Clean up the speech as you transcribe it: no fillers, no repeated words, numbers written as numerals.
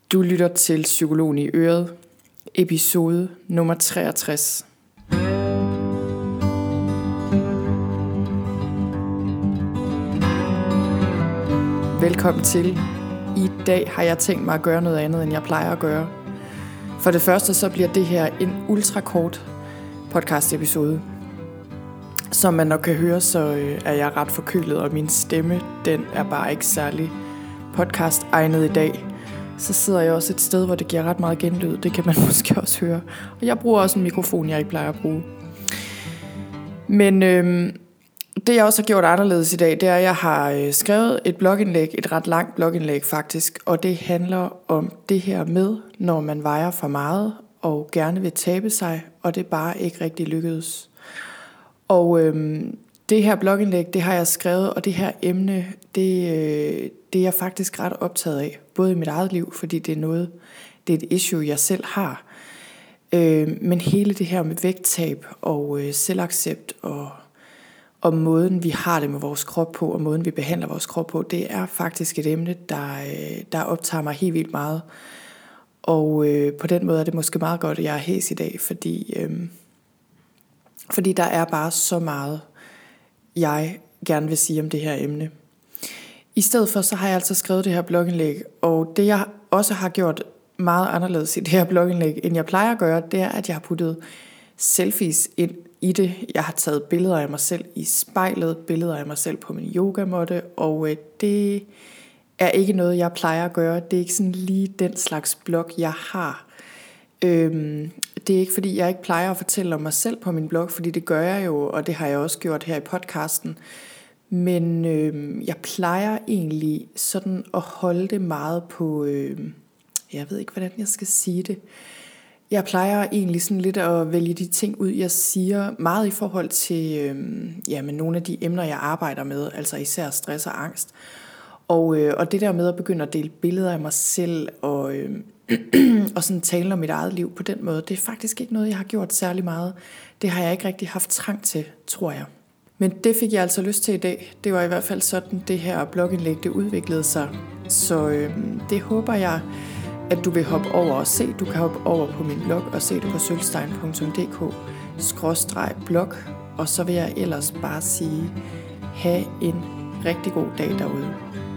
Du lytter til Psykologen i Øret, episode nummer 63. Velkommen til. I dag har jeg tænkt mig at gøre noget andet, end jeg plejer at gøre. For det første så bliver det her en ultrakort podcast episode. Som man nok kan høre, så er jeg ret forkølet, og min stemme, den er bare ikke særlig podcast egnet i dag. Så sidder jeg også et sted, hvor det giver ret meget genlyd. Det kan man måske også høre. Og jeg bruger også en mikrofon, jeg ikke plejer at bruge. Men det jeg også har gjort anderledes i dag, det er, at jeg har skrevet et blogindlæg, et ret langt blogindlæg faktisk. Og det handler om det her med, når man vejer for meget og gerne vil tabe sig, og det bare ikke rigtig lykkedes. Og det her blogindlæg, det har jeg skrevet, og det her emne, det er jeg faktisk ret optaget af. Både i mit eget liv, fordi det er et issue, jeg selv har. Men hele det her med vægttab og selvaccept og måden, vi har det med vores krop på, og måden, vi behandler vores krop på, det er faktisk et emne, der optager mig helt vildt meget. Og på den måde er det måske meget godt, at jeg er hæs i dag, fordi der er bare så meget, jeg gerne vil sige om det her emne. I stedet for, så har jeg altså skrevet det her blogindlæg, og det jeg også har gjort meget anderledes i det her blogindlæg, end jeg plejer at gøre, det er, at jeg har puttet selfies ind i det. Jeg har taget billeder af mig selv i spejlet, billeder af mig selv på min yogamåtte, og det er ikke noget, jeg plejer at gøre. Det er ikke sådan lige den slags blog, jeg har. Det er ikke fordi, jeg ikke plejer at fortælle om mig selv på min blog, fordi det gør jeg jo, og det har jeg også gjort her i podcasten. Men jeg plejer egentlig sådan at holde det meget på, jeg ved ikke, hvordan jeg skal sige det. Jeg plejer egentlig sådan lidt at vælge de ting ud, jeg siger, meget i forhold til med nogle af de emner, jeg arbejder med, altså især stress og angst. Og det der med at begynde at dele billeder af mig selv og sådan tale om mit eget liv på den måde, det er faktisk ikke noget, jeg har gjort særlig meget. Det har jeg ikke rigtig haft trang til, tror jeg. Men det fik jeg altså lyst til i dag. Det var i hvert fald sådan, det her blogindlæg, det udviklede sig. Så det håber jeg, at du vil hoppe over og se. Du kan hoppe over på min blog og se det på sølvstein.dk/blog. Og så vil jeg ellers bare sige, have en rigtig god dag derude.